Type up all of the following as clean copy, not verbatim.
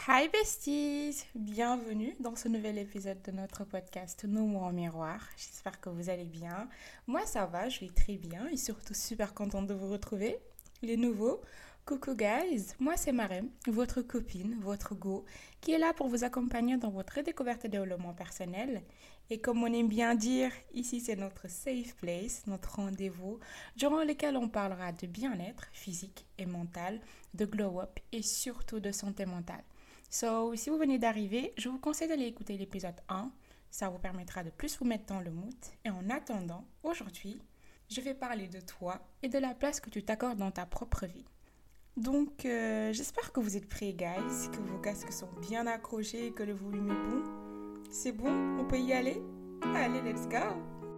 Hi besties! Bienvenue dans ce nouvel épisode de notre podcast Nos mots en miroir. J'espère que vous allez bien. Moi ça va, je vais très bien et surtout super contente de vous retrouver. Les nouveaux, coucou guys! Moi c'est Marem, votre copine, votre go, qui est là pour vous accompagner dans votre découverte et développement personnel. Et comme on aime bien dire, ici c'est notre safe place, notre rendez-vous, durant lequel on parlera de bien-être physique et mental, de glow-up et surtout de santé mentale. So, si vous venez d'arriver, je vous conseille d'aller écouter l'épisode 1. Ça vous permettra de plus vous mettre dans le mood. Et en attendant, aujourd'hui, je vais parler de toi et de la place que tu t'accordes dans ta propre vie. Donc, j'espère que vous êtes prêts, guys, que vos casques sont bien accrochés et que le volume est bon. C'est bon? On peut y aller? Allez, let's go!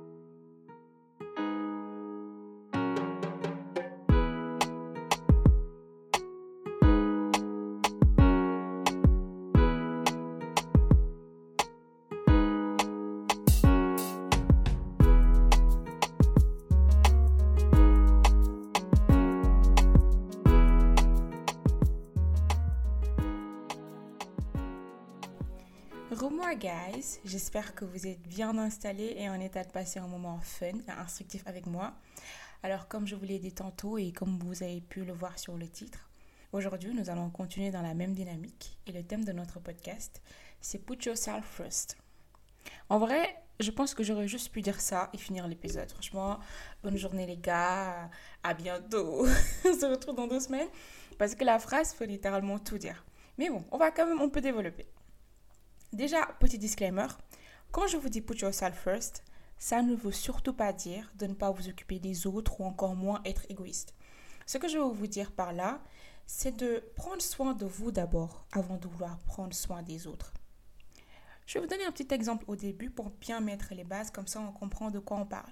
Re-moi guys, j'espère que vous êtes bien installés et en état de passer un moment fun et instructif avec moi. Alors comme je vous l'ai dit tantôt et comme vous avez pu le voir sur le titre, aujourd'hui nous allons continuer dans la même dynamique et le thème de notre podcast c'est Put Yourself First. En vrai, je pense que j'aurais juste pu dire ça et finir l'épisode. Franchement, bonne journée les gars, à bientôt, on se retrouve dans 2 semaines parce que la phrase peut littéralement tout dire. Mais bon, on peut développer. Déjà, petit disclaimer, quand je vous dis put yourself first, ça ne veut surtout pas dire de ne pas vous occuper des autres ou encore moins être égoïste. Ce que je veux vous dire par là, c'est de prendre soin de vous d'abord avant de vouloir prendre soin des autres. Je vais vous donner un petit exemple au début pour bien mettre les bases, comme ça on comprend de quoi on parle.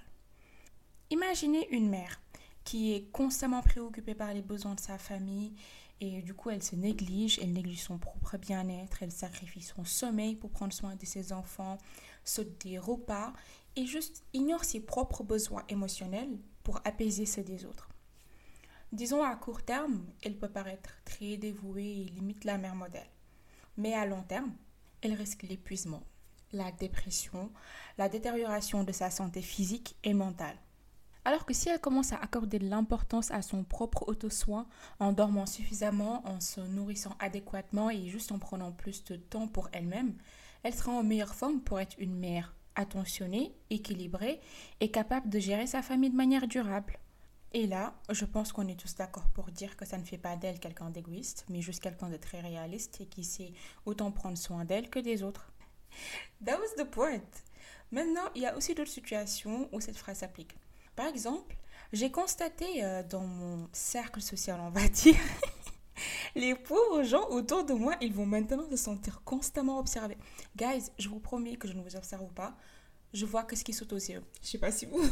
Imaginez une mère qui est constamment préoccupée par les besoins de sa famille et du coup elle néglige son propre bien-être, elle sacrifie son sommeil pour prendre soin de ses enfants, saute des repas et juste ignore ses propres besoins émotionnels pour apaiser ceux des autres. Disons à court terme, elle peut paraître très dévouée et limite la mère modèle. Mais à long terme, elle risque l'épuisement, la dépression, la détérioration de sa santé physique et mentale. Alors que si elle commence à accorder de l'importance à son propre auto-soin, en dormant suffisamment, en se nourrissant adéquatement et juste en prenant plus de temps pour elle-même, elle sera en meilleure forme pour être une mère attentionnée, équilibrée et capable de gérer sa famille de manière durable. Et là, je pense qu'on est tous d'accord pour dire que ça ne fait pas d'elle quelqu'un d'égoïste, mais juste quelqu'un de très réaliste et qui sait autant prendre soin d'elle que des autres. That was the point. Maintenant, il y a aussi d'autres situations où cette phrase s'applique. Par exemple, j'ai constaté dans mon cercle social, on va dire, les pauvres gens autour de moi, ils vont maintenant se sentir constamment observés. Guys, je vous promets que je ne vous observe pas. Je vois que ce qui saute aux yeux. Je sais pas si vous...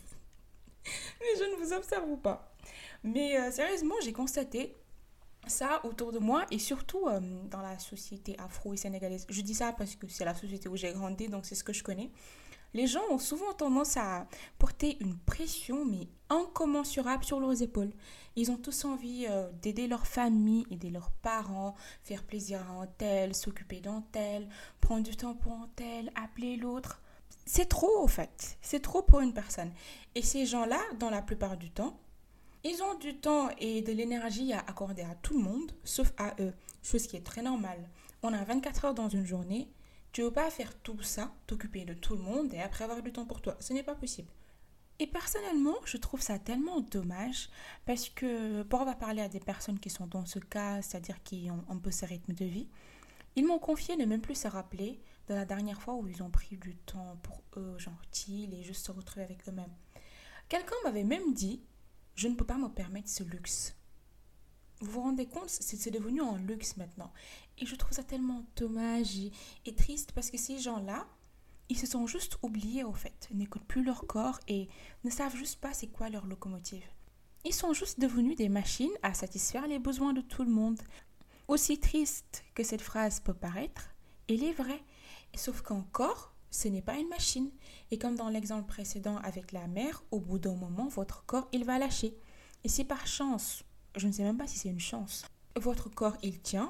Mais je ne vous observe pas. Mais sérieusement, j'ai constaté ça autour de moi et surtout dans la société afro et sénégalaise. Je dis ça parce que c'est la société où j'ai grandi, donc c'est ce que je connais. Les gens ont souvent tendance à porter une pression, mais incommensurable sur leurs épaules. Ils ont tous envie d'aider leur famille, aider leurs parents, faire plaisir à un tel, s'occuper d'un tel, prendre du temps pour un tel, appeler l'autre. C'est trop, en fait. C'est trop pour une personne. Et ces gens-là, dans la plupart du temps, ils ont du temps et de l'énergie à accorder à tout le monde, sauf à eux. Chose qui est très normale. On a 24 heures dans une journée. Tu ne veux pas faire tout ça, t'occuper de tout le monde et après avoir du temps pour toi. Ce n'est pas possible. Et personnellement, je trouve ça tellement dommage parce que pour avoir parlé à des personnes qui sont dans ce cas, c'est-à-dire qui ont un peu ce rythme de vie, ils m'ont confié ne même plus se rappeler de la dernière fois où ils ont pris du temps pour eux, genre chill et juste se retrouver avec eux-mêmes. Quelqu'un m'avait même dit, je ne peux pas me permettre ce luxe. Vous vous rendez compte, c'est devenu un luxe maintenant. Et je trouve ça tellement dommage et triste parce que ces gens-là, ils se sont juste oubliés au fait, n'écoutent plus leur corps et ne savent juste pas c'est quoi leur locomotive. Ils sont juste devenus des machines à satisfaire les besoins de tout le monde. Aussi triste que cette phrase peut paraître, elle est vraie. Sauf qu'encore, ce n'est pas une machine. Et comme dans l'exemple précédent avec la mère, au bout d'un moment, votre corps, il va lâcher. Et si par chance, je ne sais même pas si c'est une chance, votre corps, il tient,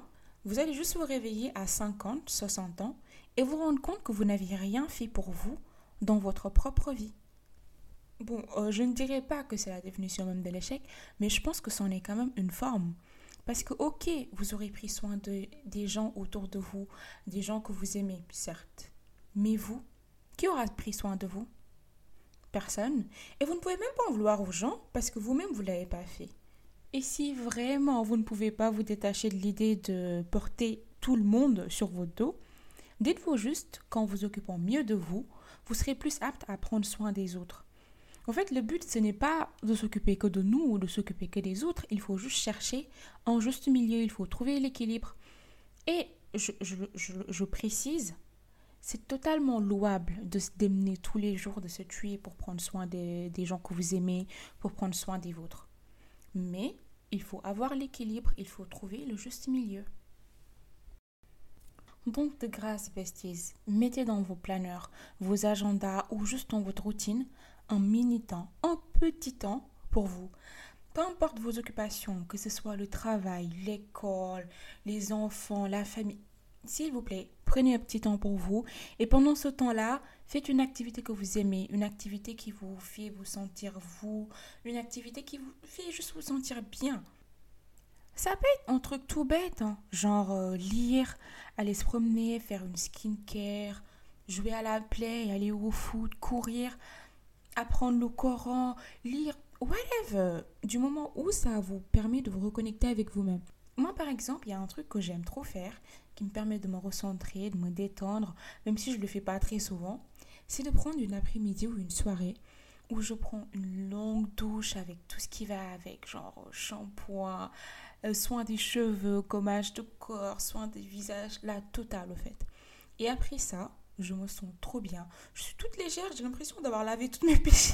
Vous allez juste vous réveiller à 50, 60 ans et vous rendre compte que vous n'aviez rien fait pour vous dans votre propre vie. Bon, je ne dirais pas que c'est la définition même de l'échec, mais je pense que c'en est quand même une forme. Parce que, ok, vous aurez pris soin des gens autour de vous, des gens que vous aimez, certes. Mais vous, qui aura pris soin de vous? Personne. Et vous ne pouvez même pas en vouloir aux gens parce que vous-même, vous ne l'avez pas fait. Et si vraiment vous ne pouvez pas vous détacher de l'idée de porter tout le monde sur votre dos, dites-vous juste qu'en vous occupant mieux de vous, vous serez plus apte à prendre soin des autres. En fait, le but, ce n'est pas de s'occuper que de nous ou de s'occuper que des autres. Il faut juste chercher un juste milieu. Il faut trouver l'équilibre. Et je précise, c'est totalement louable de se démener tous les jours, de se tuer pour prendre soin des gens que vous aimez, pour prendre soin des vôtres. Mais il faut avoir l'équilibre. Il faut trouver le juste milieu. Donc, de grâce, besties, mettez dans vos planeurs, vos agendas ou juste dans votre routine un mini-temps, un petit temps pour vous. Peu importe vos occupations, que ce soit le travail, l'école, les enfants, la famille, s'il vous plaît, prenez un petit temps pour vous et pendant ce temps-là, faites une activité que vous aimez, une activité qui vous fait vous sentir vous, une activité qui vous fait juste vous sentir bien. Ça peut être un truc tout bête, hein, genre lire, aller se promener, faire une skincare, jouer à la play, aller au foot, courir, apprendre le Coran, lire, whatever, du moment où ça vous permet de vous reconnecter avec vous-même. Moi, par exemple, il y a un truc que j'aime trop faire, qui me permet de me recentrer, de me détendre, même si je ne le fais pas très souvent, c'est de prendre une après-midi ou une soirée où je prends une longue douche avec tout ce qui va avec, genre shampoing, soin des cheveux, gommage de corps, soin des visages, la totale au fait. Et après ça, je me sens trop bien. Je suis toute légère, j'ai l'impression d'avoir lavé tous mes péchés.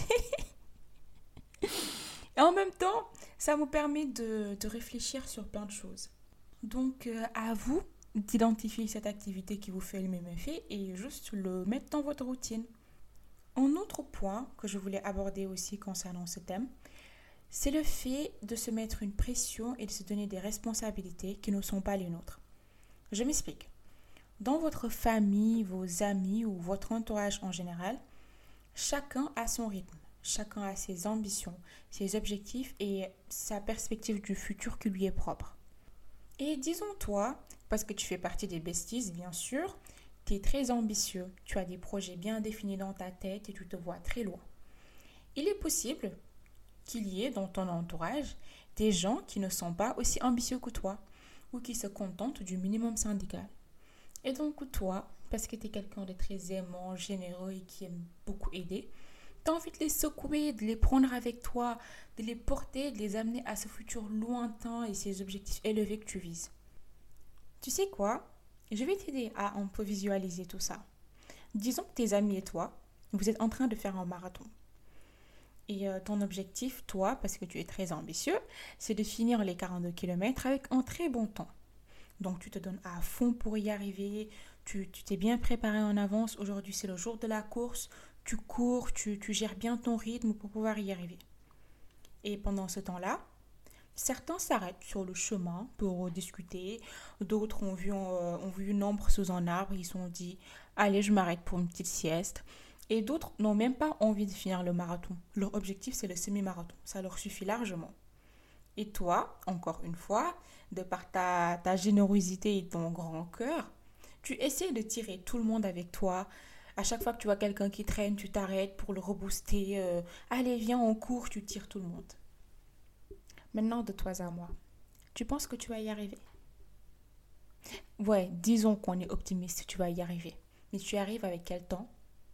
Et en même temps, ça me permet de réfléchir sur plein de choses. Donc, à vous d'identifier cette activité qui vous fait le même effet et juste le mettre dans votre routine. Un autre point que je voulais aborder aussi concernant ce thème, c'est le fait de se mettre une pression et de se donner des responsabilités qui ne sont pas les nôtres. Je m'explique. Dans votre famille, vos amis ou votre entourage en général, chacun a son rythme, chacun a ses ambitions, ses objectifs et sa perspective du futur qui lui est propre. Et disons toi, parce que tu fais partie des besties bien sûr, tu es très ambitieux, tu as des projets bien définis dans ta tête et tu te vois très loin. Il est possible qu'il y ait dans ton entourage des gens qui ne sont pas aussi ambitieux que toi ou qui se contentent du minimum syndical. Et donc toi, parce que tu es quelqu'un de très aimant, généreux et qui aime beaucoup aider, tu as envie de les secouer, de les prendre avec toi, de les porter, de les amener à ce futur lointain et ces objectifs élevés que tu vises. Tu sais quoi? Je vais t'aider à un peu visualiser tout ça. Disons que tes amis et toi, vous êtes en train de faire un marathon. Et ton objectif, toi, parce que tu es très ambitieux, c'est de finir les 42 km avec un très bon temps. Donc tu te donnes à fond pour y arriver, tu t'es bien préparé en avance, aujourd'hui c'est le jour de la course, tu cours, tu gères bien ton rythme pour pouvoir y arriver. Et pendant ce temps-là, certains s'arrêtent sur le chemin pour discuter, d'autres ont vu une ombre sous un arbre, ils se sont dit « Allez, je m'arrête pour une petite sieste ». Et d'autres n'ont même pas envie de finir le marathon. Leur objectif, c'est le semi-marathon. Ça leur suffit largement. Et toi, encore une fois, de par ta générosité et ton grand cœur, tu essaies de tirer tout le monde avec toi. À chaque fois que tu vois quelqu'un qui traîne, tu t'arrêtes pour le rebooster. Allez, viens, on court, tu tires tout le monde. Maintenant, de toi à moi, tu penses que tu vas y arriver? Ouais, disons qu'on est optimiste, tu vas y arriver. Mais tu y arrives avec quel temps?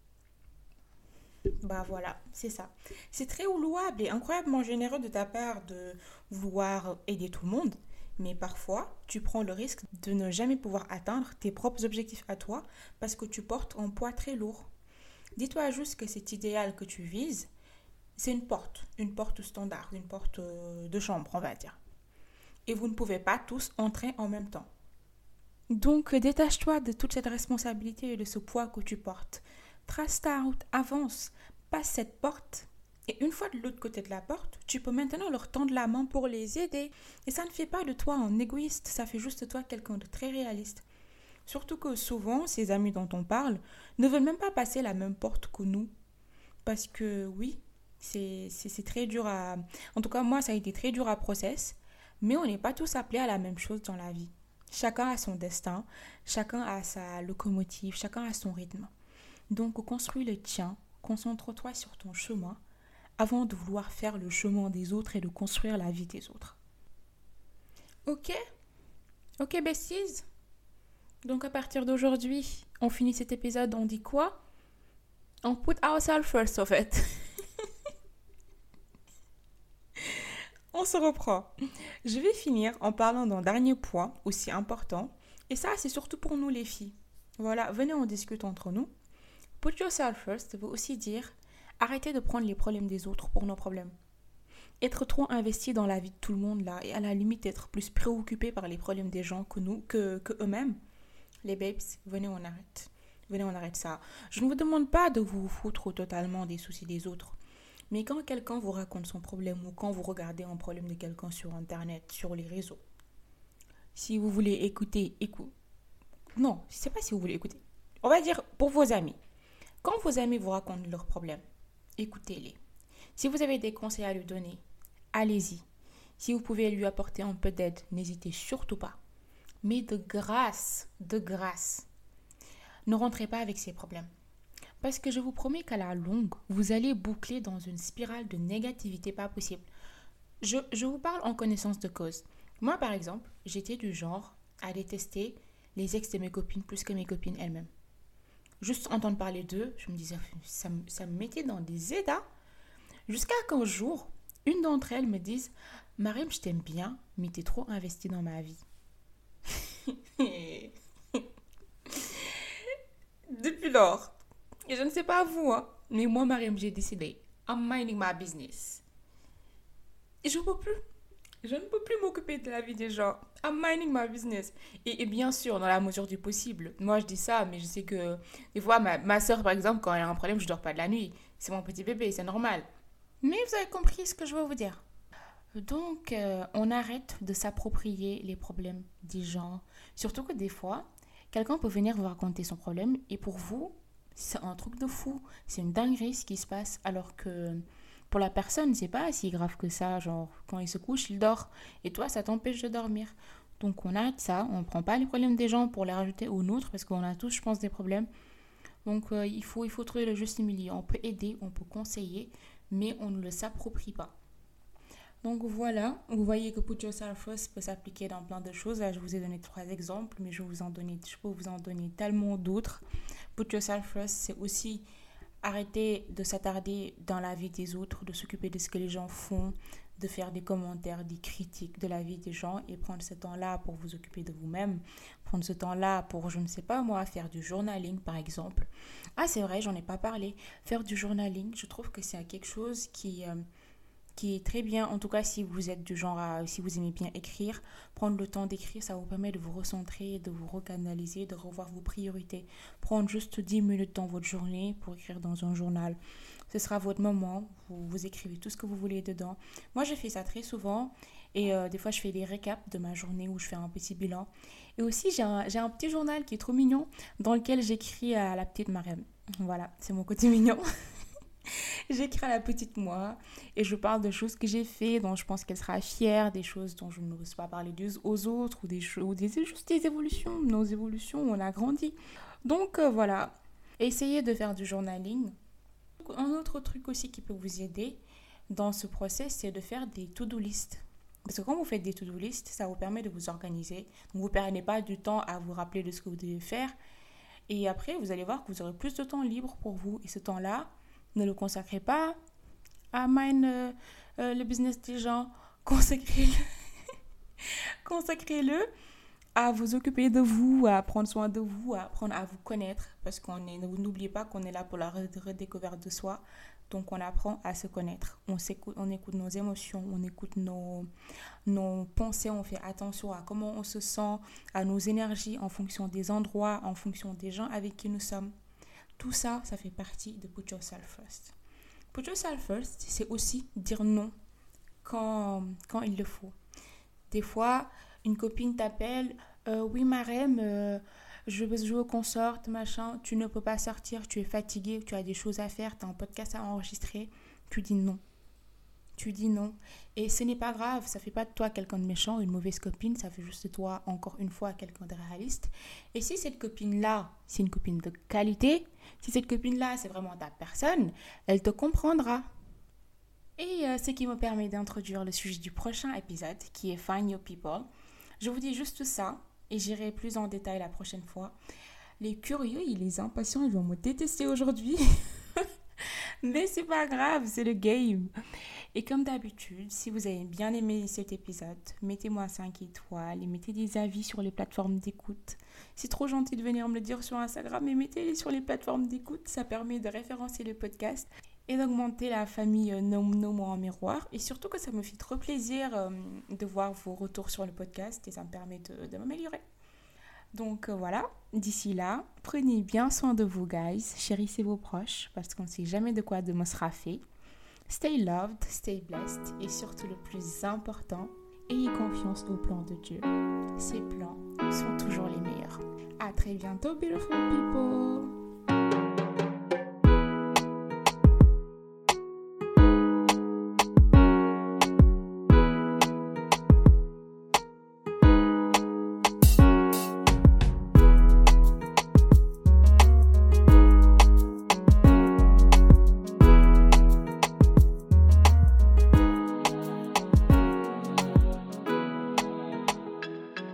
Bah voilà, c'est ça. C'est très louable et incroyablement généreux de ta part de vouloir aider tout le monde. Mais parfois, tu prends le risque de ne jamais pouvoir atteindre tes propres objectifs à toi parce que tu portes un poids très lourd. Dis-toi juste que cet idéal que tu vises, c'est une porte standard, une porte de chambre, on va dire. Et vous ne pouvez pas tous entrer en même temps. Donc, détache-toi de toute cette responsabilité et de ce poids que tu portes. Trace ta route, avance, passe cette porte Et une fois de l'autre côté de la porte, tu peux maintenant leur tendre la main pour les aider. Et ça ne fait pas de toi un égoïste, ça fait juste de toi quelqu'un de très réaliste. Surtout que souvent, ces amis dont on parle ne veulent même pas passer la même porte que nous. Parce que oui, c'est très dur à... En tout cas, moi, ça a été très dur à process. Mais on n'est pas tous appelés à la même chose dans la vie. Chacun a son destin, chacun a sa locomotive, chacun a son rythme. Donc, construis le tien, concentre-toi sur ton chemin avant de vouloir faire le chemin des autres et de construire la vie des autres. Ok? Ok, besties? Donc, à partir d'aujourd'hui, on finit cet épisode, on dit quoi? On put ourselves first, en fait. On se reprend. Je vais finir en parlant d'un dernier point aussi important. Et ça, c'est surtout pour nous les filles. Voilà, venez, on discute entre nous. Put yourself first veut aussi dire arrêtez de prendre les problèmes des autres pour nos problèmes. Être trop investi dans la vie de tout le monde là et à la limite être plus préoccupé par les problèmes des gens que eux-mêmes. Les babes, venez, on arrête. Venez, on arrête ça. Je ne vous demande pas de vous foutre totalement des soucis des autres. Mais quand quelqu'un vous raconte son problème ou quand vous regardez un problème de quelqu'un sur Internet, sur les réseaux, si vous voulez écouter, non, je ne sais pas si vous voulez écouter. On va dire pour vos amis. Quand vos amis vous racontent leurs problèmes, écoutez-les. Si vous avez des conseils à lui donner, allez-y. Si vous pouvez lui apporter un peu d'aide, n'hésitez surtout pas. Mais de grâce, ne rentrez pas avec ces problèmes. Parce que je vous promets qu'à la longue, vous allez boucler dans une spirale de négativité pas possible. Je vous parle en connaissance de cause. Moi, par exemple, j'étais du genre à détester les ex de mes copines plus que mes copines elles-mêmes. Juste entendre parler d'eux, je me disais, ça me mettait dans des états. Jusqu'à qu'un jour, une d'entre elles me dise, Mariam, je t'aime bien, mais t'es trop investie dans ma vie. Depuis lors, et je ne sais pas vous, hein, mais moi, Mariam, j'ai décidé, I'm minding my business. Et je ne peux plus m'occuper de la vie des gens. I'm minding my business. Et bien sûr, dans la mesure du possible. Moi, je dis ça, mais je sais que des fois, ma soeur, par exemple, quand elle a un problème, je ne dors pas de la nuit. C'est mon petit bébé, c'est normal. Mais vous avez compris ce que je veux vous dire. Donc, on arrête de s'approprier les problèmes des gens. Surtout que des fois, quelqu'un peut venir vous raconter son problème et pour vous, c'est un truc de fou. C'est une dinguerie ce qui se passe. Alors que pour la personne, c'est pas si grave que ça. Genre, quand il se couche, il dort. Et toi, ça t'empêche de dormir. Donc, on arrête ça. On ne prend pas les problèmes des gens pour les rajouter aux nôtres parce qu'on a tous, je pense, des problèmes. Donc, il faut trouver le juste milieu. On peut aider, on peut conseiller, mais on ne le s'approprie pas. Donc voilà, vous voyez que Put Yourself First peut s'appliquer dans plein de choses. Là, je vous ai donné 3 exemples, mais je peux vous en donner tellement d'autres. Put Yourself First, c'est aussi arrêter de s'attarder dans la vie des autres, de s'occuper de ce que les gens font, de faire des commentaires, des critiques de la vie des gens et prendre ce temps-là pour vous occuper de vous-même. Prendre ce temps-là pour, je ne sais pas moi, faire du journaling par exemple. Ah, c'est vrai, j'en ai pas parlé. Faire du journaling, je trouve que c'est quelque chose qui est très bien, en tout cas si vous êtes du genre, si vous aimez bien écrire, prendre le temps d'écrire, ça vous permet de vous recentrer, de vous recanaliser, de revoir vos priorités. Prendre juste 10 minutes dans votre journée pour écrire dans un journal. Ce sera votre moment, vous écrivez tout ce que vous voulez dedans. Moi, je fais ça très souvent et des fois, je fais des récaps de ma journée où je fais un petit bilan. Et aussi, j'ai un petit journal qui est trop mignon dans lequel j'écris à la petite Mariam. Voilà, c'est mon côté mignon. J'écris à la petite moi et je parle de choses que j'ai fait, dont je pense qu'elle sera fière, des choses dont je n'ose pas parler aux autres, ou juste des évolutions, nos évolutions, on a grandi. Donc voilà, essayez de faire du journaling. Un autre truc aussi qui peut vous aider dans ce process, c'est de faire des to-do list. Parce que quand vous faites des to-do list, ça vous permet de vous organiser. Donc vous ne perdez pas du temps à vous rappeler de ce que vous devez faire. Et après, vous allez voir que vous aurez plus de temps libre pour vous. Et ce temps-là, ne le consacrez pas à le business des gens. Consacrez-le à vous occuper de vous, à prendre soin de vous, à apprendre à vous connaître. Parce n'oubliez pas qu'on est là pour la redécouverte de soi. Donc, on apprend à se connaître. On écoute nos émotions, on écoute nos pensées, on fait attention à comment on se sent, à nos énergies en fonction des endroits, en fonction des gens avec qui nous sommes. Tout ça, ça fait partie de Put Yourself First. Put yourself first, c'est aussi dire non quand il le faut. Des fois, une copine t'appelle, oui Marème, je veux qu'on sorte, machin, tu ne peux pas sortir, tu es fatiguée, tu as des choses à faire, tu as un podcast à enregistrer, tu dis non. Tu dis non. Et ce n'est pas grave, ça fait pas de toi quelqu'un de méchant, une mauvaise copine, ça fait juste de toi, encore une fois, quelqu'un de réaliste. Et si cette copine-là, c'est une copine de qualité, si cette copine-là, c'est vraiment ta personne, elle te comprendra. Et ce qui me permet d'introduire le sujet du prochain épisode, qui est Find Your People. Je vous dis juste ça, et j'irai plus en détail la prochaine fois. Les curieux et les impatients, ils vont me détester aujourd'hui. Mais c'est pas grave, c'est le game. Et comme d'habitude, si vous avez bien aimé cet épisode, mettez-moi 5 étoiles et mettez des avis sur les plateformes d'écoute. C'est trop gentil de venir me le dire sur Instagram, mais mettez-les sur les plateformes d'écoute. Ça permet de référencer le podcast et d'augmenter la famille Nomo en miroir. Et surtout que ça me fait trop plaisir de voir vos retours sur le podcast et ça me permet de m'améliorer. Donc voilà, d'ici là, prenez bien soin de vous, guys. Chérissez vos proches parce qu'on ne sait jamais de quoi demain sera fait. Stay loved, stay blessed et surtout le plus important, ayez confiance au plan de Dieu. Ses plans sont toujours les meilleurs. À très bientôt, beautiful people!